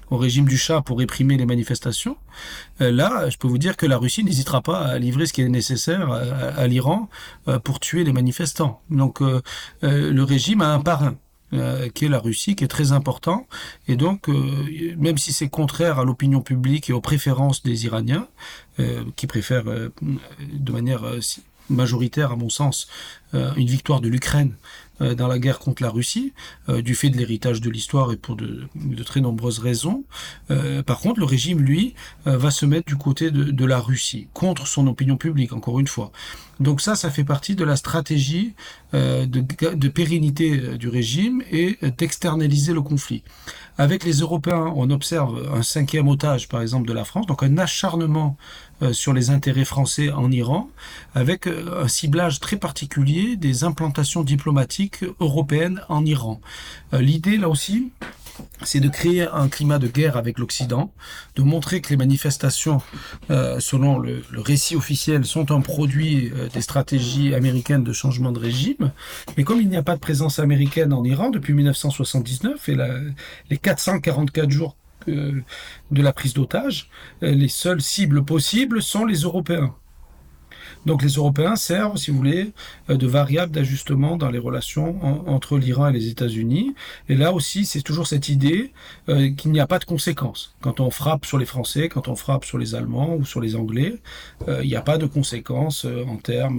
[SPEAKER 4] au régime du Shah pour réprimer les manifestations, là, je peux vous dire que la Russie n'hésitera pas à livrer ce qui est nécessaire à l'Iran pour tuer les manifestants. Donc, le régime a un parrain. Qui est la Russie, qui est très important. Et donc, même si c'est contraire à l'opinion publique et aux préférences des Iraniens, qui préfèrent de manière majoritaire, à mon sens, une victoire de l'Ukraine dans la guerre contre la Russie, du fait de l'héritage de l'histoire et pour de très nombreuses raisons. Par contre, le régime, lui, va se mettre du côté de la Russie, contre son opinion publique, encore une fois. Donc ça fait partie de la stratégie de pérennité du régime et d'externaliser le conflit. Avec les Européens, on observe un 5e otage, par exemple, de la France, donc un acharnement sur les intérêts français en Iran, avec un ciblage très particulier des implantations diplomatiques européennes en Iran. L'idée, là aussi, c'est de créer un climat de guerre avec l'Occident, de montrer que les manifestations, selon le récit officiel, sont un produit des stratégies américaines de changement de régime. Mais comme il n'y a pas de présence américaine en Iran depuis 1979 et les 444 jours de la prise d'otage, les seules cibles possibles sont les Européens. Donc les Européens servent, si vous voulez, de variable d'ajustement dans les relations entre l'Iran et les États-Unis. Et là aussi, c'est toujours cette idée qu'il n'y a pas de conséquences. Quand on frappe sur les Français, quand on frappe sur les Allemands ou sur les Anglais, il n'y a pas de conséquences en termes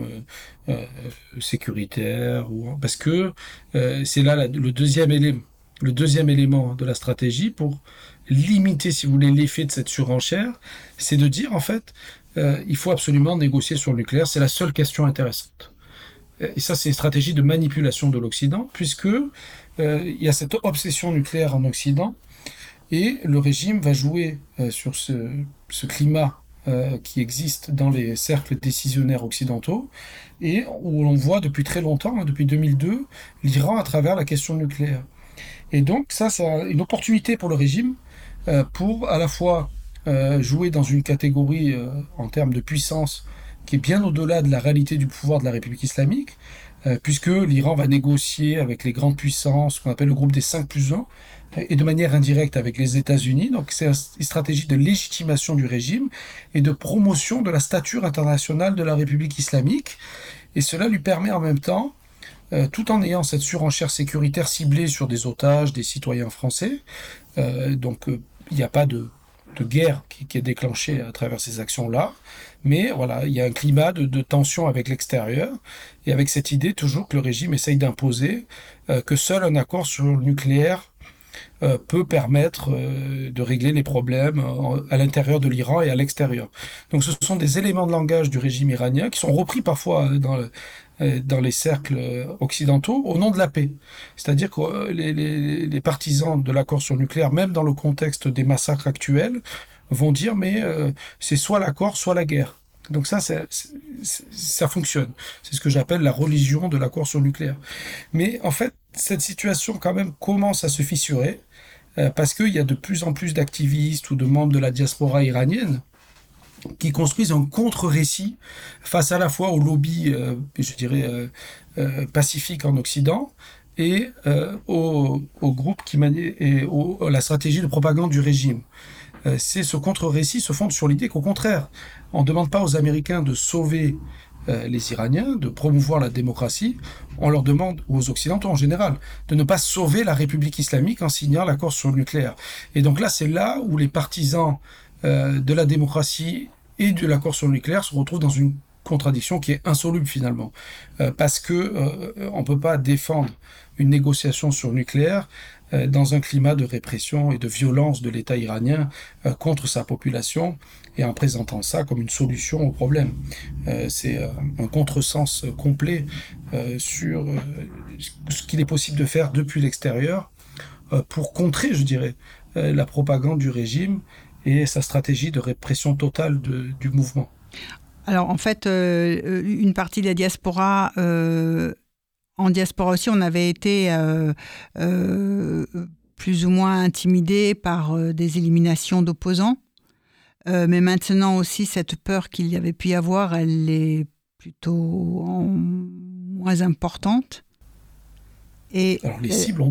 [SPEAKER 4] sécuritaires. Parce que c'est là le deuxième élément de la stratégie pour limiter, si vous voulez, l'effet de cette surenchère, c'est de dire, en fait, il faut absolument négocier sur le nucléaire, c'est la seule question intéressante. Et ça, c'est une stratégie de manipulation de l'Occident, puisque il y a cette obsession nucléaire en Occident, et le régime va jouer sur ce climat qui existe dans les cercles décisionnaires occidentaux, et où l'on voit depuis très longtemps, depuis 2002, l'Iran à travers la question nucléaire. Et donc ça, c'est une opportunité pour le régime pour à la fois jouer dans une catégorie en termes de puissance qui est bien au-delà de la réalité du pouvoir de la République islamique, puisque l'Iran va négocier avec les grandes puissances, ce qu'on appelle le groupe des 5+1, et de manière indirecte avec les États-Unis. Donc c'est une stratégie de légitimation du régime et de promotion de la stature internationale de la République islamique. Et cela lui permet en même temps, tout en ayant cette surenchère sécuritaire ciblée sur des otages, des citoyens français, donc il n'y a pas de guerre qui est déclenchée à travers ces actions-là, mais voilà, il y a un climat de tension avec l'extérieur, et avec cette idée toujours que le régime essaye d'imposer que seul un accord sur le nucléaire peut permettre de régler les problèmes à l'intérieur de l'Iran et à l'extérieur. Donc ce sont des éléments de langage du régime iranien qui sont repris parfois dans les cercles occidentaux au nom de la paix. C'est-à-dire que les partisans de l'accord sur le nucléaire, même dans le contexte des massacres actuels, vont dire mais c'est soit l'accord, soit la guerre. Donc ça fonctionne. C'est ce que j'appelle la religion de l'accord sur le nucléaire. Mais en fait, cette situation quand même commence à se fissurer parce qu'il y a de plus en plus d'activistes ou de membres de la diaspora iranienne qui construisent un contre-récit face à la fois au lobby, je dirais, pacifique en Occident et au groupe qui manie et à la stratégie de propagande du régime. Ce contre-récit se fonde sur l'idée qu'au contraire, on ne demande pas aux Américains de sauver les Iraniens, de promouvoir la démocratie, on leur demande, aux Occidentaux en général, de ne pas sauver la République islamique en signant l'accord sur le nucléaire. Et donc là, c'est là où les partisans de la démocratie et de l'accord sur le nucléaire se retrouvent dans une contradiction qui est insoluble finalement. Parce que on ne peut pas défendre une négociation sur le nucléaire dans un climat de répression et de violence de l'État iranien contre sa population et en présentant ça comme une solution au problème. C'est un contresens complet sur ce qu'il est possible de faire depuis l'extérieur pour contrer, je dirais, la propagande du régime et sa stratégie de répression totale du mouvement.
[SPEAKER 3] Alors en fait, une partie de la diaspora... En diaspora aussi, on avait été plus ou moins intimidés par des éliminations d'opposants. Mais maintenant aussi, cette peur qu'il y avait pu y avoir, elle est plutôt moins importante.
[SPEAKER 4] Alors les cibles ont peur.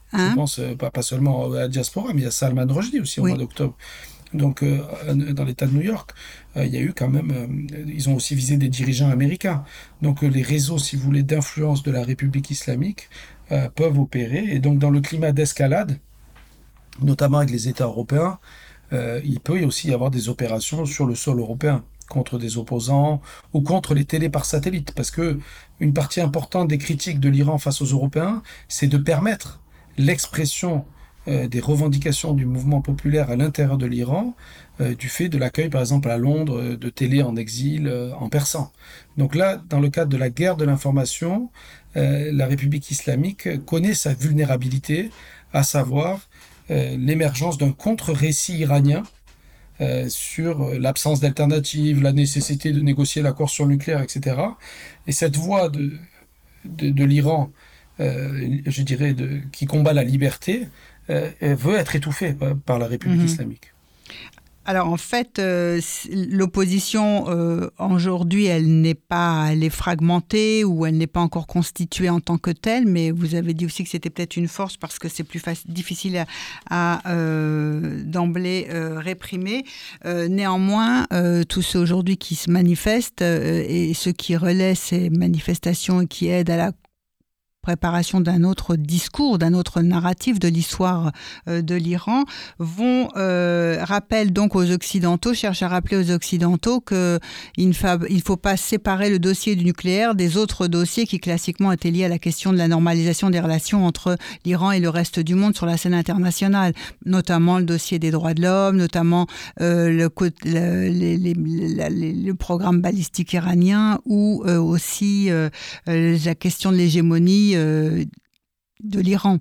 [SPEAKER 3] Hein?
[SPEAKER 4] Je pense pas seulement à la diaspora, mais il y a Salman Rushdie aussi au
[SPEAKER 3] Oui.
[SPEAKER 4] mois d'octobre. Donc, dans l'État de New York, il y a eu quand même... ils ont aussi visé des dirigeants américains. Donc, les réseaux, si vous voulez, d'influence de la République islamique peuvent opérer. Et donc, dans le climat d'escalade, notamment avec les États européens, il peut aussi y avoir des opérations sur le sol européen contre des opposants ou contre les télés par satellite. Parce que une partie importante des critiques de l'Iran face aux Européens, c'est de permettre l'expression des revendications du mouvement populaire à l'intérieur de l'Iran, du fait de l'accueil, par exemple, à Londres, de télé en exil, en persan. Donc là, dans le cadre de la guerre de l'information, la République islamique connaît sa vulnérabilité, à savoir l'émergence d'un contre-récit iranien sur l'absence d'alternative, la nécessité de négocier l'accord sur le nucléaire, etc. Et cette voie de l'Iran, je dirais, qui combat la liberté, veut être étouffée par la République islamique.
[SPEAKER 3] Alors en fait, l'opposition aujourd'hui, elle est fragmentée ou elle n'est pas encore constituée en tant que telle, mais vous avez dit aussi que c'était peut-être une force parce que c'est plus difficile à d'emblée réprimer. Néanmoins, tous ceux aujourd'hui qui se manifestent et ceux qui relaient ces manifestations et qui aident à la préparation d'un autre discours, d'un autre narratif de l'histoire de l'Iran, rappellent donc aux Occidentaux, cherchent à rappeler aux Occidentaux qu'il ne faut pas séparer le dossier du nucléaire des autres dossiers qui classiquement étaient liés à la question de la normalisation des relations entre l'Iran et le reste du monde sur la scène internationale, notamment le dossier des droits de l'homme, notamment le programme balistique iranien ou aussi la question de l'hégémonie de l'Iran.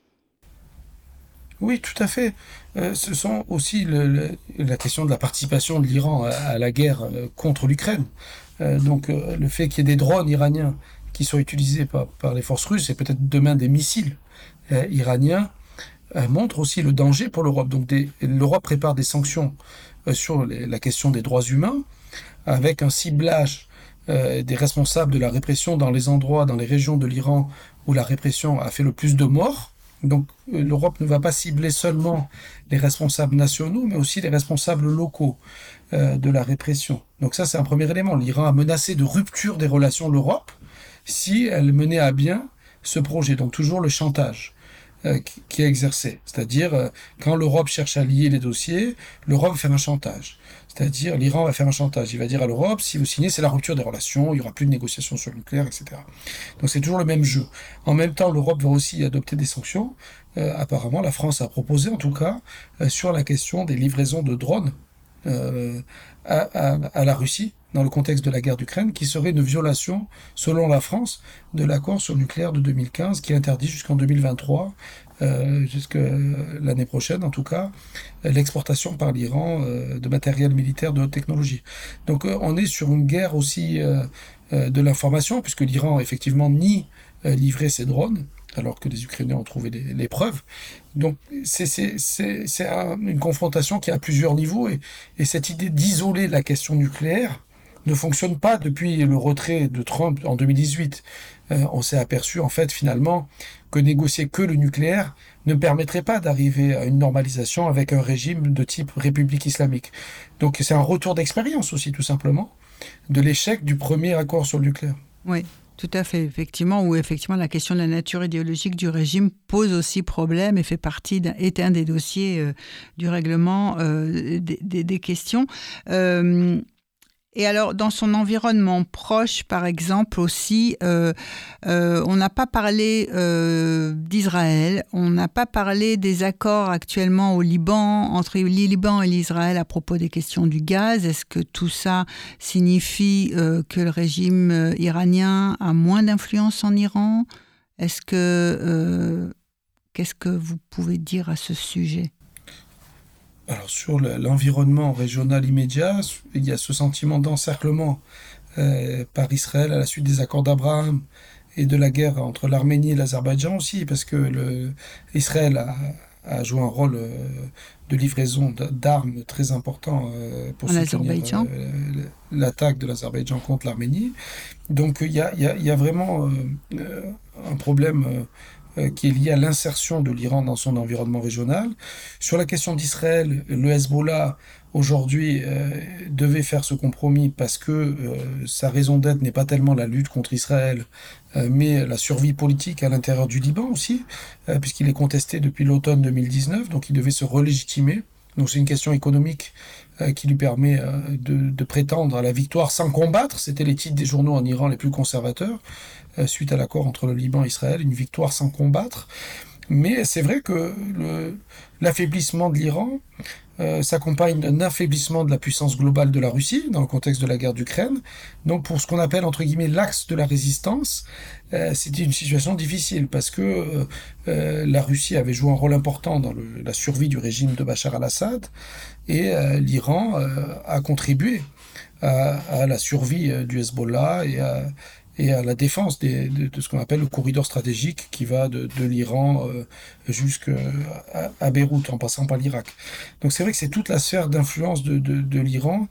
[SPEAKER 4] Oui, tout à fait. Ce sont aussi la question de la participation de l'Iran à la guerre contre l'Ukraine. Donc le fait qu'il y ait des drones iraniens qui soient utilisés par les forces russes et peut-être demain des missiles iraniens montre aussi le danger pour l'Europe. Donc l'Europe prépare des sanctions sur la question des droits humains avec un ciblage des responsables de la répression dans les endroits, dans les régions de l'Iran où la répression a fait le plus de morts. Donc l'Europe ne va pas cibler seulement les responsables nationaux, mais aussi les responsables locaux de la répression. Donc ça, c'est un premier élément. L'Iran a menacé de rupture des relations de l'Europe si elle menait à bien ce projet. Donc toujours le chantage qui est exercé. C'est-à-dire, quand l'Europe cherche à lier les dossiers, l'Europe va faire un chantage. C'est-à-dire, l'Iran va faire un chantage. Il va dire à l'Europe, si vous signez, c'est la rupture des relations, il n'y aura plus de négociations sur le nucléaire, etc. Donc c'est toujours le même jeu. En même temps, l'Europe va aussi adopter des sanctions. Apparemment, la France a proposé, en tout cas, sur la question des livraisons de drones à la Russie, dans le contexte de la guerre d'Ukraine, qui serait une violation, selon la France, de l'accord sur le nucléaire de 2015, qui interdit jusqu'en 2023, jusqu'à l'année prochaine en tout cas, l'exportation par l'Iran de matériel militaire de haute technologie. Donc on est sur une guerre aussi de l'information, puisque l'Iran effectivement nie livrer ses drones, alors que les Ukrainiens ont trouvé les preuves. Donc c'est une confrontation qui a plusieurs niveaux, et cette idée d'isoler la question nucléaire ne fonctionne pas depuis le retrait de Trump en 2018. On s'est aperçu en fait finalement que négocier que le nucléaire ne permettrait pas d'arriver à une normalisation avec un régime de type République islamique. Donc c'est un retour d'expérience aussi tout simplement de l'échec du premier accord sur le nucléaire.
[SPEAKER 3] Oui. Tout à fait, effectivement, où effectivement la question de la nature idéologique du régime pose aussi problème et fait partie est un des dossiers du règlement des questions. Et alors, dans son environnement proche, par exemple, aussi, on n'a pas parlé d'Israël, on n'a pas parlé des accords actuellement au Liban, entre le Liban et l'Israël à propos des questions du gaz. Est-ce que tout ça signifie que le régime iranien a moins d'influence en Iran ? Qu'est-ce que vous pouvez dire à ce sujet ?
[SPEAKER 4] Alors sur l'environnement régional immédiat, il y a ce sentiment d'encerclement par Israël à la suite des accords d'Abraham et de la guerre entre l'Arménie et l'Azerbaïdjan aussi, parce que Israël a joué un rôle de livraison d'armes très important pour soutenir l'attaque de l'Azerbaïdjan contre l'Arménie. Donc il y a vraiment un problème qui est liée à l'insertion de l'Iran dans son environnement régional. Sur la question d'Israël, le Hezbollah, aujourd'hui, devait faire ce compromis parce que sa raison d'être n'est pas tellement la lutte contre Israël, mais la survie politique à l'intérieur du Liban aussi, puisqu'il est contesté depuis l'automne 2019, donc il devait se relégitimer. Donc c'est une question économique qui lui permet de prétendre à la victoire sans combattre. C'était les titres des journaux en Iran les plus conservateurs, suite à l'accord entre le Liban et Israël, une victoire sans combattre. Mais c'est vrai que l'affaiblissement de l'Iran s'accompagne d'un affaiblissement de la puissance globale de la Russie dans le contexte de la guerre d'Ukraine. Donc pour ce qu'on appelle entre guillemets l'axe de la résistance, c'était une situation difficile parce que la Russie avait joué un rôle important dans la survie du régime de Bachar al-Assad et l'Iran a contribué à la survie du Hezbollah et à la défense de ce qu'on appelle le corridor stratégique qui va de l'Iran jusqu'à Beyrouth, en passant par l'Irak. Donc c'est vrai que c'est toute la sphère d'influence de l'Iran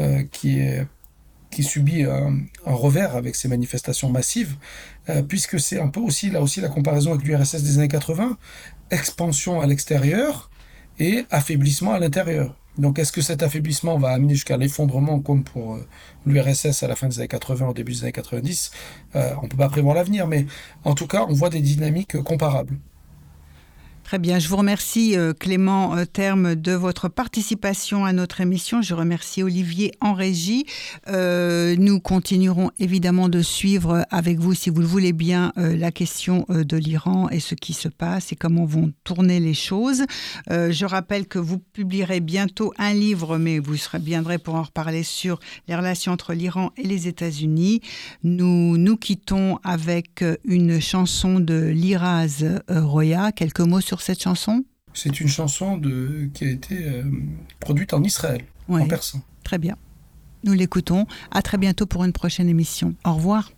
[SPEAKER 4] qui subit un revers avec ces manifestations massives, puisque c'est un peu aussi la comparaison avec l'URSS des années 80, expansion à l'extérieur et affaiblissement à l'intérieur. Donc est-ce que cet affaiblissement va amener jusqu'à l'effondrement comme pour l'URSS à la fin des années 80, au début des années 90 on ne peut pas prévoir l'avenir, mais en tout cas on voit des dynamiques comparables.
[SPEAKER 3] Très bien, je vous remercie Clément Terme de votre participation à notre émission. Je remercie Olivier en régie. Nous continuerons évidemment de suivre avec vous, si vous le voulez bien, la question de l'Iran et ce qui se passe et comment vont tourner les choses. Je rappelle que vous publierez bientôt un livre, mais vous viendrez pour en reparler sur les relations entre l'Iran et les États-Unis. Nous nous quittons avec une chanson de Liraz Roya. Quelques mots sur cette chanson?
[SPEAKER 4] C'est une chanson qui a été produite en Israël, en persan.
[SPEAKER 3] Très bien. Nous l'écoutons. À très bientôt pour une prochaine émission. Au revoir.